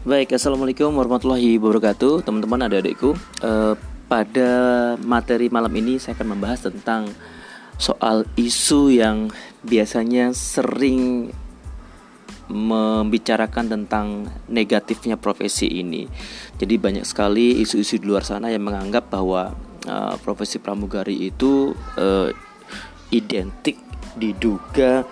Baik, assalamualaikum warahmatullahi wabarakatuh, teman-teman, adik-adikku. Pada materi malam ini saya akan membahas tentang soal isu yang biasanya sering membicarakan tentang negatifnya profesi ini. Jadi banyak sekali isu-isu di luar sana yang menganggap bahwa profesi pramugari itu identik, diduga,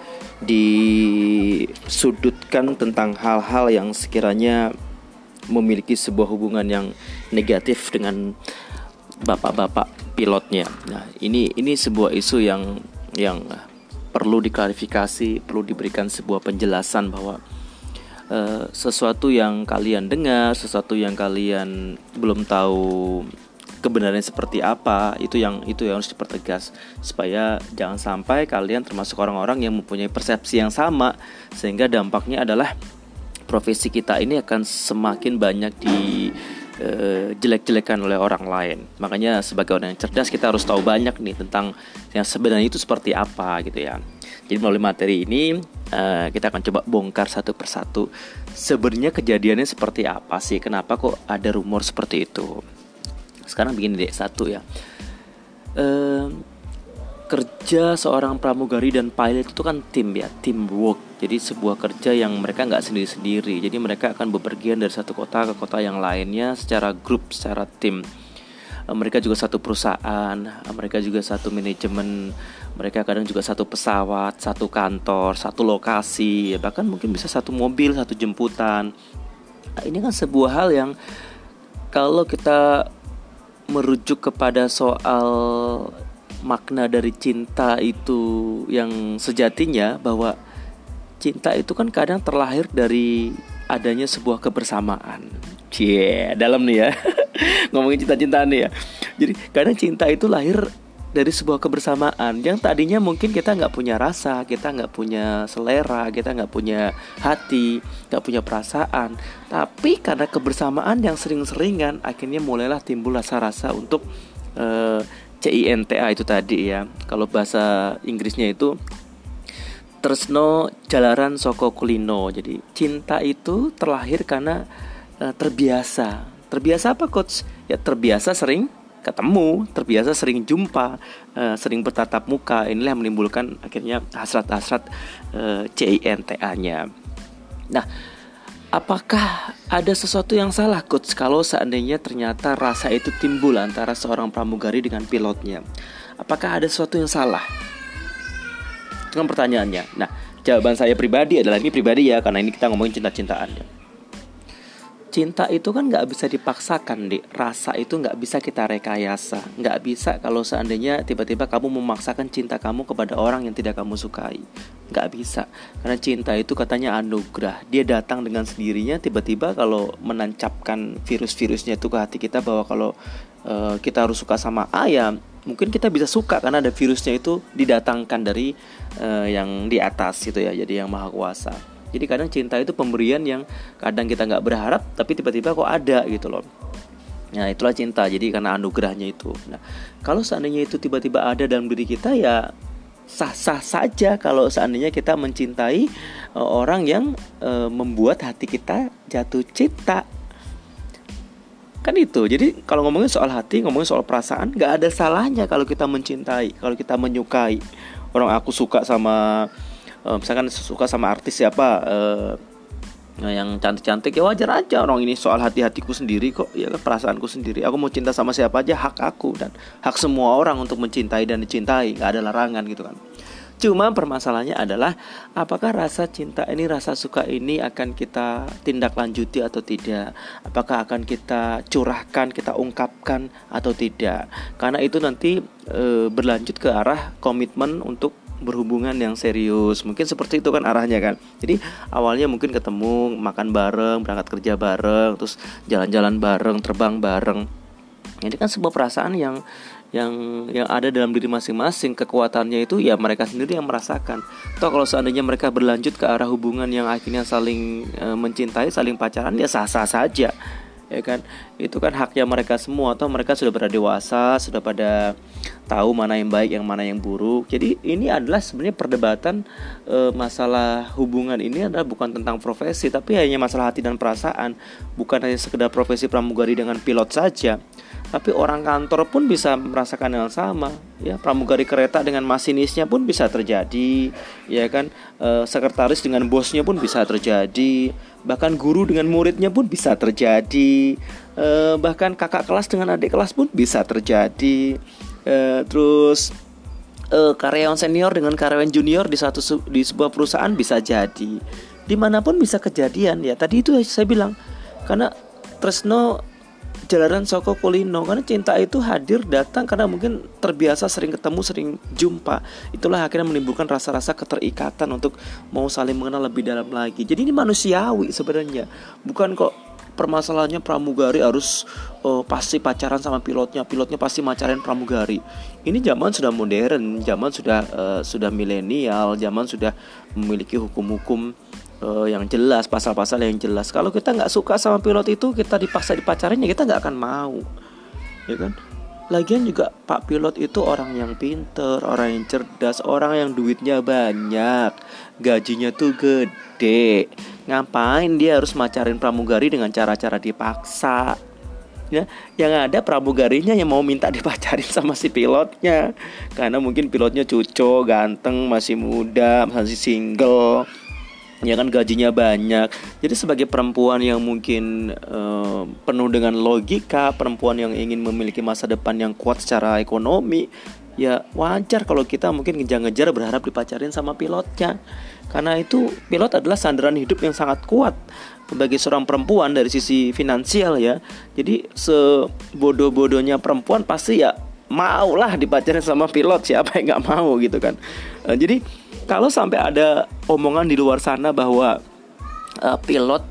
disudutkan tentang hal-hal yang sekiranya memiliki sebuah hubungan yang negatif dengan bapak-bapak pilotnya. Nah, ini sebuah isu yang perlu diklarifikasi, perlu diberikan sebuah penjelasan bahwa sesuatu yang kalian dengar, sesuatu yang kalian belum tahu kebenarannya seperti apa, itu yang harus dipertegas supaya jangan sampai kalian termasuk orang-orang yang mempunyai persepsi yang sama, sehingga dampaknya adalah profesi kita ini akan semakin banyak jelek-jelekan oleh orang lain. Makanya sebagai orang yang cerdas kita harus tahu banyak nih tentang yang sebenarnya itu seperti apa gitu ya. Jadi melalui materi ini kita akan coba bongkar satu persatu sebenarnya kejadiannya seperti apa sih, kenapa kok ada rumor seperti itu. Sekarang begini deh, satu ya, kerja seorang pramugari dan pilot itu kan tim ya, teamwork. Jadi sebuah kerja yang mereka nggak sendiri-sendiri. Jadi mereka akan bepergian dari satu kota ke kota yang lainnya secara grup, secara tim. Mereka juga satu perusahaan, mereka juga satu manajemen, mereka kadang juga satu pesawat, satu kantor, satu lokasi, bahkan mungkin bisa satu mobil, satu jemputan. Nah, ini kan sebuah hal yang kalau kita merujuk kepada soal makna dari cinta itu yang sejatinya, bahwa cinta itu kan kadang terlahir dari adanya sebuah kebersamaan. Dalam nih ya. Ngomongin cinta-cintaan nih ya. Jadi kadang cinta itu lahir dari sebuah kebersamaan yang tadinya mungkin kita nggak punya rasa, kita nggak punya selera, kita nggak punya hati, nggak punya perasaan. Tapi karena kebersamaan yang sering-seringan, akhirnya mulailah timbul rasa-rasa untuk cinta itu tadi ya. Kalau bahasa Inggrisnya itu tresno jalaran soko kulino. Jadi cinta itu terlahir karena terbiasa. Terbiasa apa, coach? Ya terbiasa sering ketemu, terbiasa sering jumpa, sering bertatap muka. Inilah yang menimbulkan akhirnya hasrat-hasrat cinta-nya. Nah, apakah ada sesuatu yang salah, coach, kalau seandainya ternyata rasa itu timbul antara seorang pramugari dengan pilotnya? Apakah ada sesuatu yang salah? Itu kan pertanyaannya. Nah, jawaban saya pribadi adalah, ini pribadi ya, karena ini kita ngomongin cinta-cintaan. Cinta itu kan gak bisa dipaksakan, Dik. Rasa itu gak bisa kita rekayasa. Gak bisa kalau seandainya tiba-tiba kamu memaksakan cinta kamu kepada orang yang tidak kamu sukai. Gak bisa. Karena cinta itu katanya anugerah. Dia datang dengan sendirinya. Tiba-tiba kalau menancapkan virus-virusnya itu ke hati kita, bahwa kalau kita harus suka sama A, ya mungkin kita bisa suka karena ada virusnya itu didatangkan dari yang di atas gitu ya. Jadi yang maha kuasa. Jadi kadang cinta itu pemberian yang kadang kita gak berharap, tapi tiba-tiba kok ada gitu loh. Nah, itulah cinta. Jadi karena anugerahnya itu. Nah, kalau seandainya itu tiba-tiba ada dalam diri kita, ya sah-sah saja kalau seandainya kita mencintai orang yang membuat hati kita jatuh cinta. Kan itu. Jadi kalau ngomongin soal hati, ngomongin soal perasaan, gak ada salahnya kalau kita mencintai, kalau kita menyukai. Orang aku suka sama misalkan suka sama artis siapa yang cantik-cantik, ya wajar aja. Orang ini soal hati-hatiku sendiri kok, ya kan, perasaanku sendiri. Aku mau cinta sama siapa aja hak aku, dan hak semua orang untuk mencintai dan dicintai, gak ada larangan gitu kan. Cuma permasalahannya adalah apakah rasa cinta ini, rasa suka ini akan kita tindak lanjuti atau tidak, apakah akan kita curahkan, kita ungkapkan atau tidak. Karena itu nanti berlanjut ke arah komitmen untuk berhubungan yang serius. Mungkin seperti itu kan arahnya kan. Jadi awalnya mungkin ketemu, makan bareng, berangkat kerja bareng, terus jalan-jalan bareng, terbang bareng. Ini kan sebuah perasaan yang ada dalam diri masing-masing. Kekuatannya itu ya mereka sendiri yang merasakan. Toh kalau seandainya mereka berlanjut ke arah hubungan yang akhirnya saling mencintai, saling pacaran, ya sah-sah saja. ya kan? Itu kan haknya mereka semua, atau mereka sudah pada dewasa, sudah pada tahu mana yang baik, yang mana yang buruk. Jadi ini adalah sebenarnya perdebatan masalah hubungan ini adalah bukan tentang profesi, tapi hanya masalah hati dan perasaan. Bukan hanya sekedar profesi pramugari dengan pilot saja, tapi orang kantor pun bisa merasakan yang sama, ya. Pramugari kereta dengan masinisnya pun bisa terjadi, ya kan. Sekretaris dengan bosnya pun bisa terjadi, bahkan guru dengan muridnya pun bisa terjadi, bahkan kakak kelas dengan adik kelas pun bisa terjadi. Terus karyawan senior dengan karyawan junior di sebuah perusahaan bisa jadi, dimanapun bisa kejadian, ya. Tadi itu saya bilang, karena tresno jalaran saka kulino, karena cinta itu hadir datang karena mungkin terbiasa sering ketemu, sering jumpa. Itulah akhirnya menimbulkan rasa-rasa keterikatan untuk mau saling mengenal lebih dalam lagi. Jadi ini manusiawi sebenarnya. Bukan kok permasalahannya pramugari harus pasti pacaran sama pilotnya, pilotnya pasti macarin pramugari. Ini zaman sudah modern, zaman sudah milenial, zaman sudah memiliki hukum-hukum yang jelas, pasal-pasal yang jelas. Kalau kita nggak suka sama pilot itu, kita dipaksa dipacarin, ya kita nggak akan mau, ya kan. Lagian juga Pak Pilot itu orang yang pinter, orang yang cerdas, orang yang duitnya banyak, gajinya tuh gede. Ngapain dia harus macarin pramugari dengan cara-cara dipaksa, ya? Yang ada pramugarinya yang mau minta dipacarin sama si pilotnya, karena mungkin pilotnya cuco, ganteng, masih muda, masih single, ya kan, gajinya banyak. Jadi sebagai perempuan yang mungkin penuh dengan logika, perempuan yang ingin memiliki masa depan yang kuat secara ekonomi, ya wajar kalau kita mungkin ngejar-ngejar berharap dipacarin sama pilotnya. Karena itu pilot adalah sandaran hidup yang sangat kuat bagi seorang perempuan dari sisi finansial, ya. Jadi sebodoh-bodohnya perempuan pasti ya maulah dipacarin sama pilot, siapa yang nggak mau gitu kan. Jadi kalau sampai ada omongan di luar sana bahwa pilot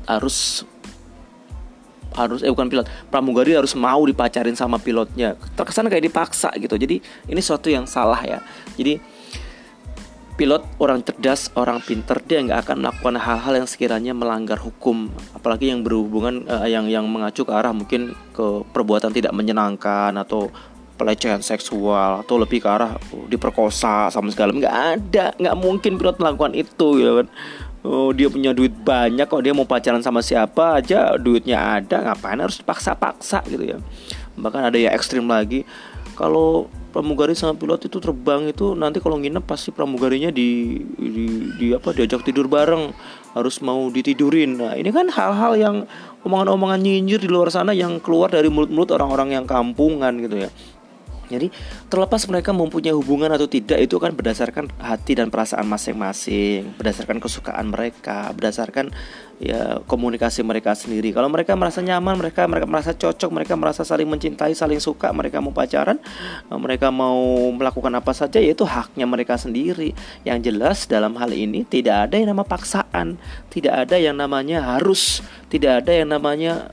bukan pilot, pramugari harus mau dipacarin sama pilotnya, terkesan kayak dipaksa gitu. Jadi ini suatu yang salah, ya. Jadi pilot orang cerdas, orang pinter, dia nggak akan melakukan hal-hal yang sekiranya melanggar hukum, apalagi yang berhubungan yang mengacu ke arah mungkin ke perbuatan tidak menyenangkan atau pelecehan seksual, atau lebih ke arah diperkosa sama segala. Nggak mungkin pilot melakukan itu, gitu kan. Dia punya duit banyak kok, dia mau pacaran sama siapa aja duitnya ada, ngapain harus dipaksa-paksa gitu, ya. Bahkan ada yang ekstrim lagi, kalau pramugari sama pilot itu terbang itu nanti kalau nginep pasti pramugarinya diajak tidur bareng, harus mau ditidurin. Nah, ini kan hal-hal yang omongan-omongan nyinyir di luar sana yang keluar dari mulut-mulut orang-orang yang kampungan gitu, ya. Jadi terlepas mereka mempunyai hubungan atau tidak, itu kan berdasarkan hati dan perasaan masing-masing, berdasarkan kesukaan mereka, berdasarkan ya komunikasi mereka sendiri. Kalau mereka merasa nyaman, mereka merasa cocok, mereka merasa saling mencintai, saling suka, mereka mau pacaran, mereka mau melakukan apa saja, yaitu haknya mereka sendiri. Yang jelas dalam hal ini tidak ada yang namanya paksaan, tidak ada yang namanya harus, tidak ada yang namanya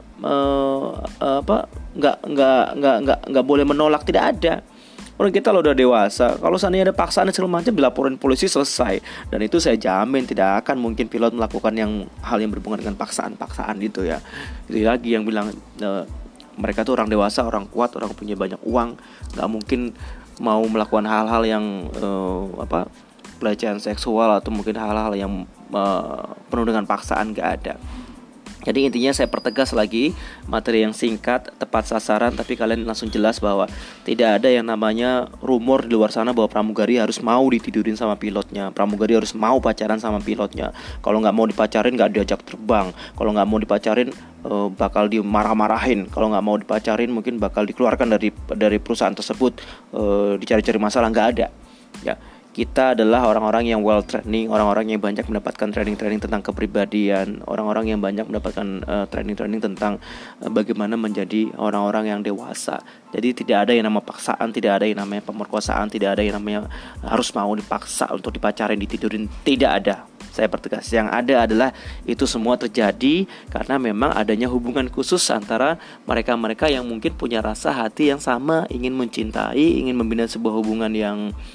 nggak boleh menolak, tidak ada. Orang kita lo udah dewasa, kalau seandainya ada paksaan segala macam, dilaporin polisi, selesai. Dan itu saya jamin tidak akan mungkin pilot melakukan hal yang berhubungan dengan paksaan gitu, ya. Itu lagi yang bilang mereka tuh orang dewasa, orang kuat, orang punya banyak uang, nggak mungkin mau melakukan hal-hal yang pelecehan seksual atau mungkin hal-hal yang penuh dengan paksaan, nggak ada. Jadi intinya saya pertegas lagi, materi yang singkat, tepat sasaran, tapi kalian langsung jelas bahwa tidak ada yang namanya rumor di luar sana bahwa pramugari harus mau ditidurin sama pilotnya, pramugari harus mau pacaran sama pilotnya. Kalau nggak mau dipacarin nggak diajak terbang, kalau nggak mau dipacarin bakal dimarah-marahin, kalau nggak mau dipacarin mungkin bakal dikeluarkan dari perusahaan tersebut, dicari-cari masalah. Nggak ada, ya. Kita adalah orang-orang yang well training, orang-orang yang banyak mendapatkan training-training tentang kepribadian, orang-orang yang banyak mendapatkan training-training tentang bagaimana menjadi orang-orang yang dewasa. Jadi tidak ada yang namanya paksaan, tidak ada yang namanya pemerkosaan, tidak ada yang namanya harus mau dipaksa untuk dipacarin, ditidurin, tidak ada. Saya pertegas, yang ada adalah itu semua terjadi karena memang adanya hubungan khusus antara mereka-mereka yang mungkin punya rasa hati yang sama, ingin mencintai, ingin membina sebuah hubungan yang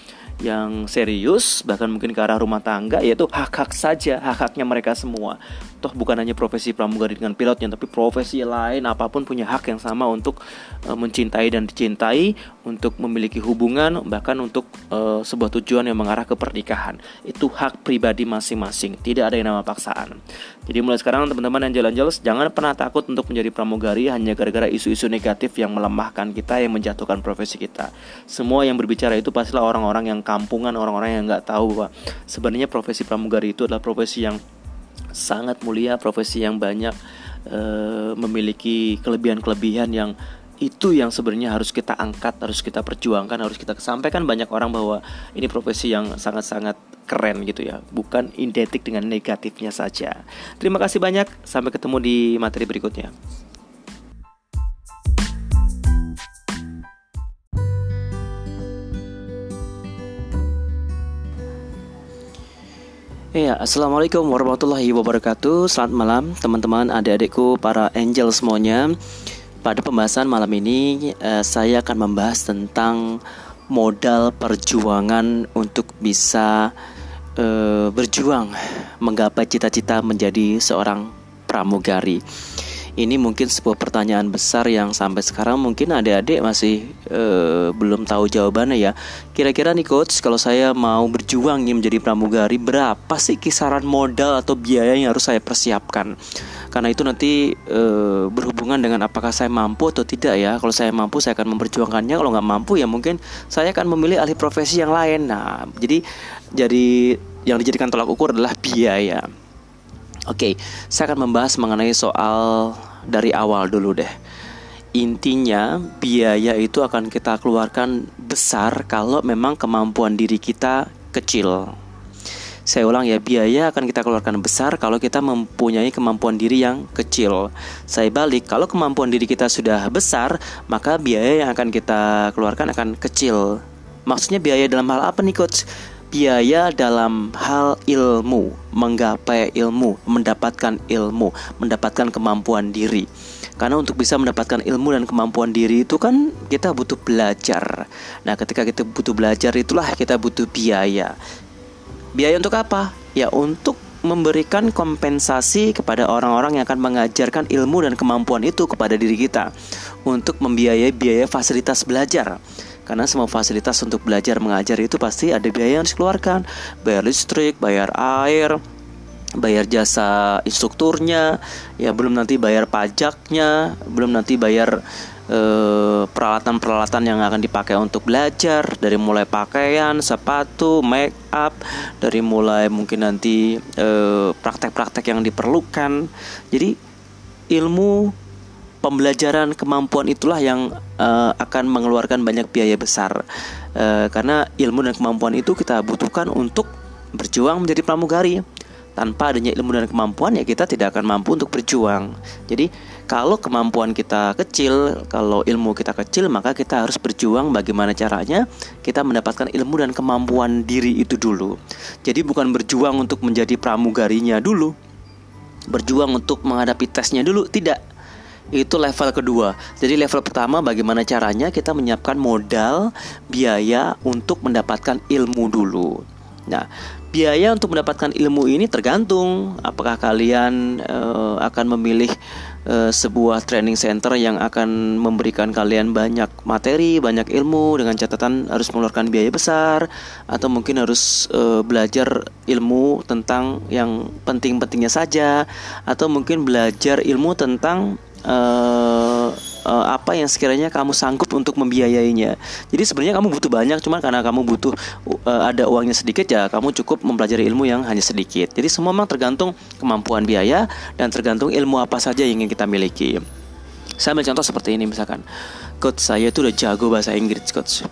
yang serius, bahkan mungkin ke arah rumah tangga, yaitu hak-hak saja, hak-haknya mereka semua. Toh bukan hanya profesi pramugari dengan pilotnya, tapi profesi lain apapun punya hak yang sama untuk mencintai dan dicintai, untuk memiliki hubungan, bahkan untuk sebuah tujuan yang mengarah ke pernikahan. Itu hak pribadi masing-masing, tidak ada yang nama paksaan. Jadi mulai sekarang teman-teman Angel Angels, jangan pernah takut untuk menjadi pramugari hanya gara-gara isu-isu negatif yang melemahkan kita, yang menjatuhkan profesi kita. Semua yang berbicara itu pastilah orang-orang yang kampungan, orang-orang yang nggak tahu bahwa sebenarnya profesi pramugari itu adalah profesi yang sangat mulia, profesi yang banyak memiliki kelebihan-kelebihan yang itu yang sebenarnya harus kita angkat, harus kita perjuangkan, harus kita sampaikan banyak orang bahwa ini profesi yang sangat-sangat keren gitu ya, bukan identik dengan negatifnya saja. Terima kasih banyak, sampai ketemu di materi berikutnya. Ya, Assalamualaikum warahmatullahi wabarakatuh. Selamat malam teman-teman, adik-adikku, para angel semuanya. Pada pembahasan malam ini saya akan membahas tentang modal perjuangan untuk bisa berjuang menggapai cita-cita menjadi seorang pramugari. Ini mungkin sebuah pertanyaan besar yang sampai sekarang mungkin adik-adik masih belum tahu jawabannya ya. Kira-kira nih coach, kalau saya mau berjuang nih menjadi pramugari, berapa sih kisaran modal atau biaya yang harus saya persiapkan? Karena itu nanti berhubungan dengan apakah saya mampu atau tidak ya. Kalau saya mampu, saya akan memperjuangkannya. Kalau nggak mampu ya mungkin saya akan memilih alih profesi yang lain. Nah, jadi yang dijadikan tolak ukur adalah biaya. Oke, saya akan membahas mengenai soal dari awal dulu deh. Intinya biaya itu akan kita keluarkan besar kalau memang kemampuan diri kita kecil. Saya ulang ya, biaya akan kita keluarkan besar kalau kita mempunyai kemampuan diri yang kecil. Saya balik, kalau kemampuan diri kita sudah besar, maka biaya yang akan kita keluarkan akan kecil. Maksudnya biaya dalam hal apa nih coach? Biaya dalam hal ilmu, menggapai ilmu, mendapatkan kemampuan diri. Karena untuk bisa mendapatkan ilmu dan kemampuan diri itu kan kita butuh belajar. Nah, ketika kita butuh belajar itulah kita butuh biaya. Biaya untuk apa? Ya untuk memberikan kompensasi kepada orang-orang yang akan mengajarkan ilmu dan kemampuan itu kepada diri kita, untuk membiayai biaya fasilitas belajar. Karena semua fasilitas untuk belajar mengajar itu pasti ada biaya yang harus dikeluarkan. Bayar listrik, bayar air, bayar jasa instrukturnya, ya belum nanti bayar pajaknya, belum nanti bayar peralatan-peralatan yang akan dipakai untuk belajar, dari mulai pakaian, sepatu, make up, dari mulai mungkin nanti praktek-praktek yang diperlukan. Jadi ilmu, pembelajaran, kemampuan itulah yang akan mengeluarkan banyak biaya besar. Karena ilmu dan kemampuan itu kita butuhkan untuk berjuang menjadi pramugari. Tanpa adanya ilmu dan kemampuan ya kita tidak akan mampu untuk berjuang. Jadi kalau kemampuan kita kecil, kalau ilmu kita kecil, maka kita harus berjuang bagaimana caranya kita mendapatkan ilmu dan kemampuan diri itu dulu. Jadi bukan berjuang untuk menjadi pramugarinya dulu, berjuang untuk menghadapi tesnya dulu, tidak. Itu level kedua. Jadi level pertama bagaimana caranya kita menyiapkan modal, biaya untuk mendapatkan ilmu dulu. Nah, biaya untuk mendapatkan ilmu ini tergantung apakah kalian akan memilih sebuah training center yang akan memberikan kalian banyak materi, banyak ilmu dengan catatan harus mengeluarkan biaya besar, atau mungkin harus belajar ilmu tentang yang penting-pentingnya saja, atau mungkin belajar ilmu tentang apa yang sekiranya kamu sanggup untuk membiayainya. Jadi sebenarnya kamu butuh banyak, cuma karena kamu butuh ada uangnya sedikit, ya kamu cukup mempelajari ilmu yang hanya sedikit. Jadi semua memang tergantung kemampuan biaya dan tergantung ilmu apa saja yang ingin kita miliki. Saya ambil contoh seperti ini, misalkan coach saya itu udah jago bahasa Inggris coach.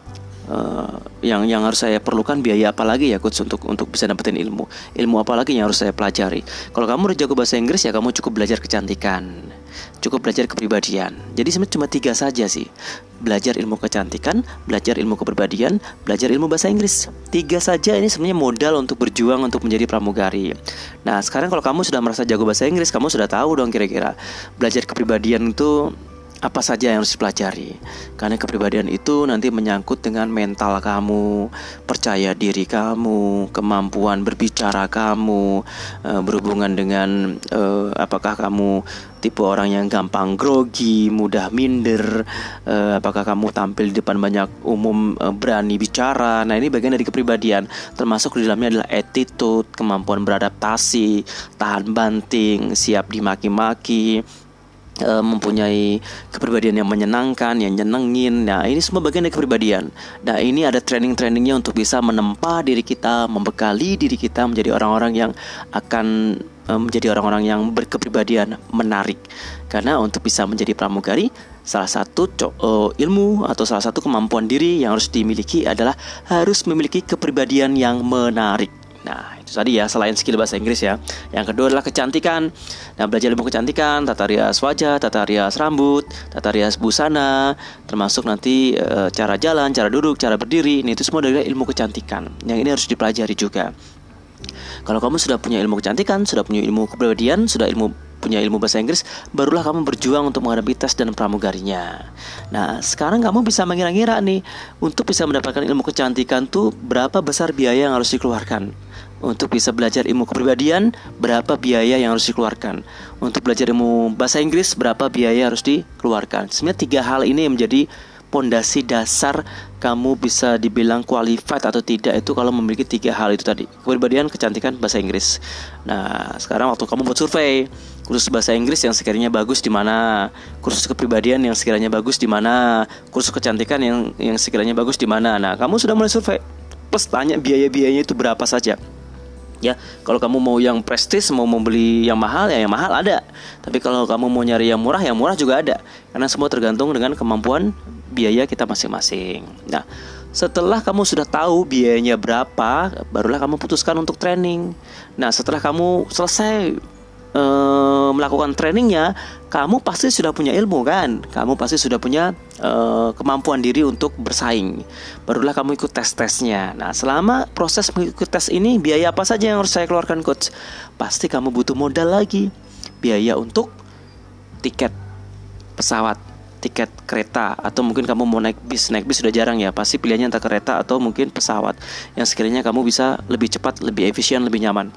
Yang harus saya perlukan biaya apa lagi ya coach untuk bisa dapetin ilmu apa lagi yang harus saya pelajari. Kalau kamu udah jago bahasa Inggris ya kamu cukup belajar kecantikan, cukup belajar kepribadian. Jadi sebenarnya cuma 3 saja sih: belajar ilmu kecantikan, belajar ilmu kepribadian, belajar ilmu bahasa Inggris. 3 saja ini sebenarnya modal untuk berjuang untuk menjadi pramugari. Nah sekarang kalau kamu sudah merasa jago bahasa Inggris, kamu sudah tahu dong kira-kira belajar kepribadian itu apa saja yang harus dipelajari. Karena kepribadian itu nanti menyangkut dengan mental kamu, percaya diri kamu, kemampuan berbicara kamu, berhubungan dengan apakah kamu tipe orang yang gampang grogi, mudah minder, apakah kamu tampil di depan banyak umum, berani bicara. Nah, ini bagian dari kepribadian. Termasuk di dalamnya adalah attitude, kemampuan beradaptasi, tahan banting, siap dimaki-maki, mempunyai kepribadian yang menyenangkan, yang nyenengin. Nah, ini semua bagian dari kepribadian. Nah, ini ada training-trainingnya untuk bisa menempa diri kita, membekali diri kita menjadi orang-orang yang akan menjadi orang-orang yang berkepribadian menarik. Karena untuk bisa menjadi pramugari, salah satu ilmu atau salah satu kemampuan diri yang harus dimiliki adalah harus memiliki kepribadian yang menarik. Nah, itu tadi ya, selain skill bahasa Inggris ya. Yang kedua adalah kecantikan. Nah, belajar ilmu kecantikan, tata rias wajah, tata rias rambut, tata rias busana, termasuk nanti cara jalan, cara duduk, cara berdiri. Ini itu semua adalah ilmu kecantikan. Yang ini harus dipelajari juga. Kalau kamu sudah punya ilmu kecantikan, sudah punya ilmu kepribadian, punya ilmu bahasa Inggris, barulah kamu berjuang untuk menghadapi tes dan pramugarinya. Nah, sekarang kamu bisa mengira-ngira nih, untuk bisa mendapatkan ilmu kecantikan tuh berapa besar biaya yang harus dikeluarkan. Untuk bisa belajar ilmu kepribadian, berapa biaya yang harus dikeluarkan. Untuk belajar ilmu bahasa Inggris, berapa biaya harus dikeluarkan. Sebenarnya 3 hal ini yang menjadi pondasi dasar kamu bisa dibilang qualified atau tidak itu kalau memiliki 3 hal itu tadi: kepribadian, kecantikan, bahasa Inggris. Nah, sekarang waktu kamu buat survei, kursus bahasa Inggris yang sekiranya bagus di mana, kursus kepribadian yang sekiranya bagus di mana, kursus kecantikan yang sekiranya bagus di mana. Nah, kamu sudah mulai survei, plus tanya biaya-biayanya itu berapa saja. Ya, kalau kamu mau yang prestis, mau beli yang mahal, ya yang mahal ada. Tapi kalau kamu mau nyari yang murah juga ada. Karena semua tergantung dengan kemampuan biaya kita masing-masing. Nah, setelah kamu sudah tahu biayanya berapa, barulah kamu putuskan untuk training. Nah, setelah kamu selesai melakukan trainingnya, kamu pasti sudah punya ilmu kan? Kamu pasti sudah punya kemampuan diri untuk bersaing. Barulah kamu ikut tes-tesnya. Nah, selama proses mengikuti tes ini, biaya apa saja yang harus saya keluarkan, coach? Pasti kamu butuh modal lagi. Biaya untuk tiket pesawat, tiket kereta, atau mungkin kamu mau naik bis. Naik bis sudah jarang ya. Pasti pilihannya entah kereta atau mungkin pesawat yang sekiranya kamu bisa lebih cepat, lebih efisien, lebih nyaman.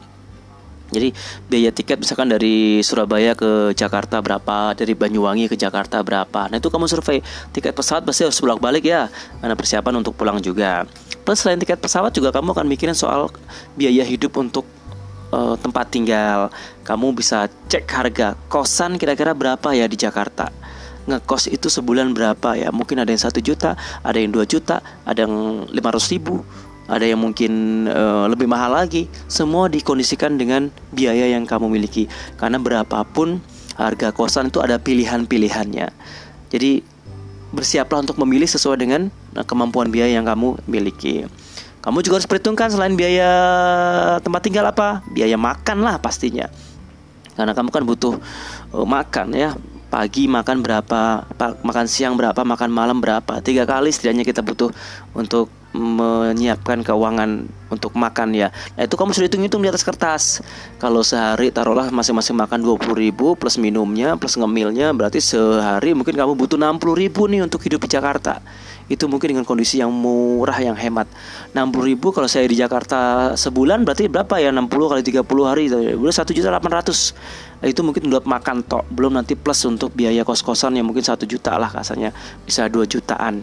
Jadi biaya tiket misalkan dari Surabaya ke Jakarta berapa, dari Banyuwangi ke Jakarta berapa. Nah, itu kamu survei. Tiket pesawat pasti harus bolak-balik ya, karena persiapan untuk pulang juga. Plus selain tiket pesawat juga kamu akan mikirin soal biaya hidup untuk tempat tinggal. Kamu bisa cek harga kosan kira-kira berapa ya di Jakarta. Ngekos itu sebulan berapa ya. Mungkin ada yang 1 juta, ada yang 2 juta, ada yang 500 ribu, ada yang mungkin lebih mahal lagi. Semua dikondisikan dengan biaya yang kamu miliki. Karena berapapun harga kosan itu ada pilihan-pilihannya. Jadi bersiaplah untuk memilih sesuai dengan kemampuan biaya yang kamu miliki. Kamu juga harus perhitungkan selain biaya tempat tinggal apa? Biaya makan lah pastinya. Karena kamu kan butuh makan ya. Pagi makan berapa, makan siang berapa, makan malam berapa. 3 kali setidaknya kita butuh untuk menyiapkan keuangan untuk makan ya. Nah, itu kamu sudah hitung-hitung di atas kertas. Kalau sehari taruhlah masing-masing makan 20.000 plus minumnya plus ngemilnya, berarti sehari mungkin kamu butuh 60.000 nih untuk hidup di Jakarta. Itu mungkin dengan kondisi yang murah, yang hemat. 60.000 kalau saya di Jakarta sebulan berarti berapa ya? 60 kali 30 hari udah 1.800.000. Itu mungkin buat makan tok, belum nanti plus untuk biaya kos-kosan yang mungkin 1 juta lah kasarnya, bisa 2 jutaan.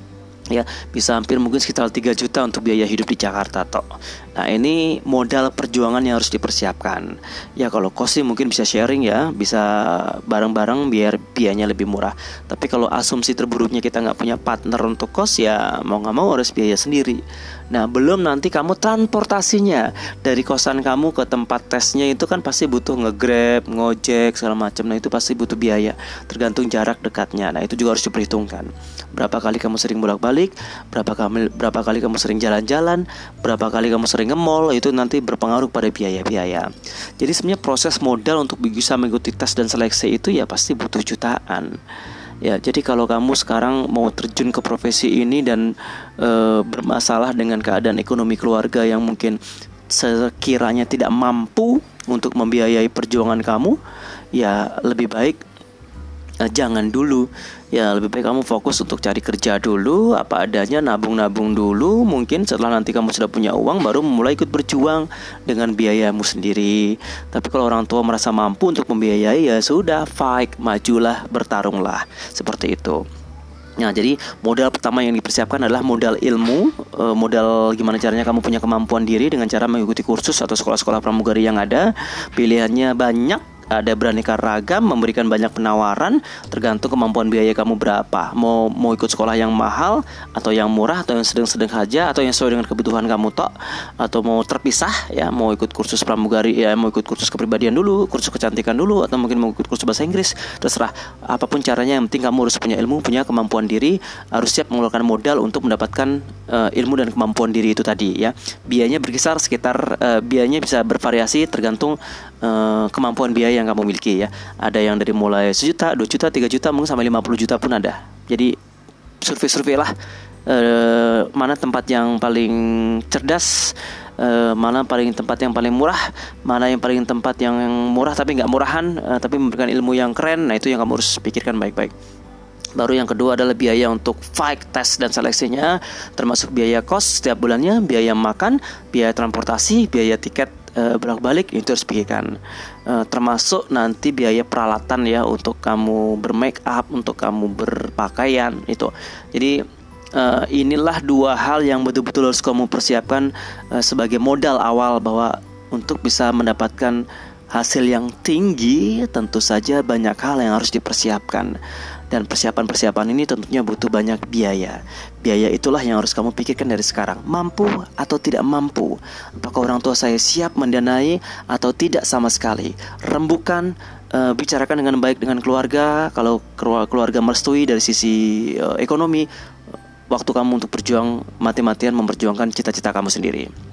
Ya, bisa hampir mungkin sekitar 3 juta untuk biaya hidup di Jakarta toh. Nah, ini modal perjuangan yang harus dipersiapkan. Ya, kalau kos sih mungkin bisa sharing ya, bisa bareng-bareng biar biayanya lebih murah. Tapi kalau asumsi terburuknya kita nggak punya partner untuk kos, ya mau nggak mau harus biaya sendiri. Nah, belum nanti kamu transportasinya dari kosan kamu ke tempat tesnya, itu kan pasti butuh nge-grab, ngojek segala macam. Nah, itu pasti butuh biaya, tergantung jarak dekatnya. Nah, itu juga harus diperhitungkan. Berapa kali kamu sering bolak-balik, berapa kali kamu sering jalan-jalan, berapa kali kamu sering nge-mall, itu nanti berpengaruh pada biaya-biaya. Jadi sebenarnya proses modal untuk bisa mengikuti tes dan seleksi itu ya pasti butuh jutaan. Ya, jadi kalau kamu sekarang mau terjun ke profesi ini dan bermasalah dengan keadaan ekonomi keluarga yang mungkin sekiranya tidak mampu untuk membiayai perjuangan kamu, ya lebih baik jangan dulu. Ya lebih baik kamu fokus untuk cari kerja dulu, apa adanya, nabung-nabung dulu. Mungkin setelah nanti kamu sudah punya uang, baru mulai ikut berjuang dengan biayamu sendiri. Tapi kalau orang tua merasa mampu untuk membiayai, ya sudah, fight, majulah, bertarunglah. Seperti itu. Nah, jadi modal pertama yang dipersiapkan adalah modal ilmu, modal gimana caranya kamu punya kemampuan diri dengan cara mengikuti kursus atau sekolah-sekolah pramugari yang ada. Pilihannya banyak, ada beraneka ragam, memberikan banyak penawaran, tergantung kemampuan biaya kamu berapa. Mau ikut sekolah yang mahal atau yang murah atau yang sedang-sedang saja atau yang sesuai dengan kebutuhan kamu tok, atau mau terpisah ya, mau ikut kursus pramugari ya, mau ikut kursus kepribadian dulu, kursus kecantikan dulu, atau mungkin mau ikut kursus bahasa Inggris, terserah. Apapun caranya, yang penting kamu harus punya ilmu, punya kemampuan diri, harus siap mengeluarkan modal untuk mendapatkan ilmu dan kemampuan diri itu tadi ya. Biayanya berkisar sekitar biayanya bisa bervariasi tergantung kemampuan biaya yang kamu miliki ya. Ada yang dari mulai 1 juta, 2 juta, 3 juta, mungkin sampai 50 juta pun ada. Jadi survei lah mana tempat yang paling cerdas, mana tempat yang paling murah, mana yang paling tempat yang murah tapi nggak murahan, tapi memberikan ilmu yang keren. Nah, itu yang kamu harus pikirkan baik-baik. Baru yang kedua adalah biaya untuk fight, tes, dan seleksinya, termasuk biaya kos setiap bulannya, biaya makan, biaya transportasi, biaya tiket bolak-balik, itu harus pikirkan. Termasuk nanti biaya peralatan ya, untuk kamu bermake up, untuk kamu berpakaian itu. Jadi inilah 2 hal yang betul-betul harus kamu persiapkan sebagai modal awal, bahwa untuk bisa mendapatkan hasil yang tinggi tentu saja banyak hal yang harus dipersiapkan. Dan persiapan-persiapan ini tentunya butuh banyak biaya. Biaya itulah yang harus kamu pikirkan dari sekarang. Mampu atau tidak mampu? Apakah orang tua saya siap mendanai atau tidak sama sekali? Rembukan, bicarakan dengan baik dengan keluarga. Kalau keluarga merestui dari sisi ekonomi, waktu kamu untuk berjuang mati-matian memperjuangkan cita-cita kamu sendiri.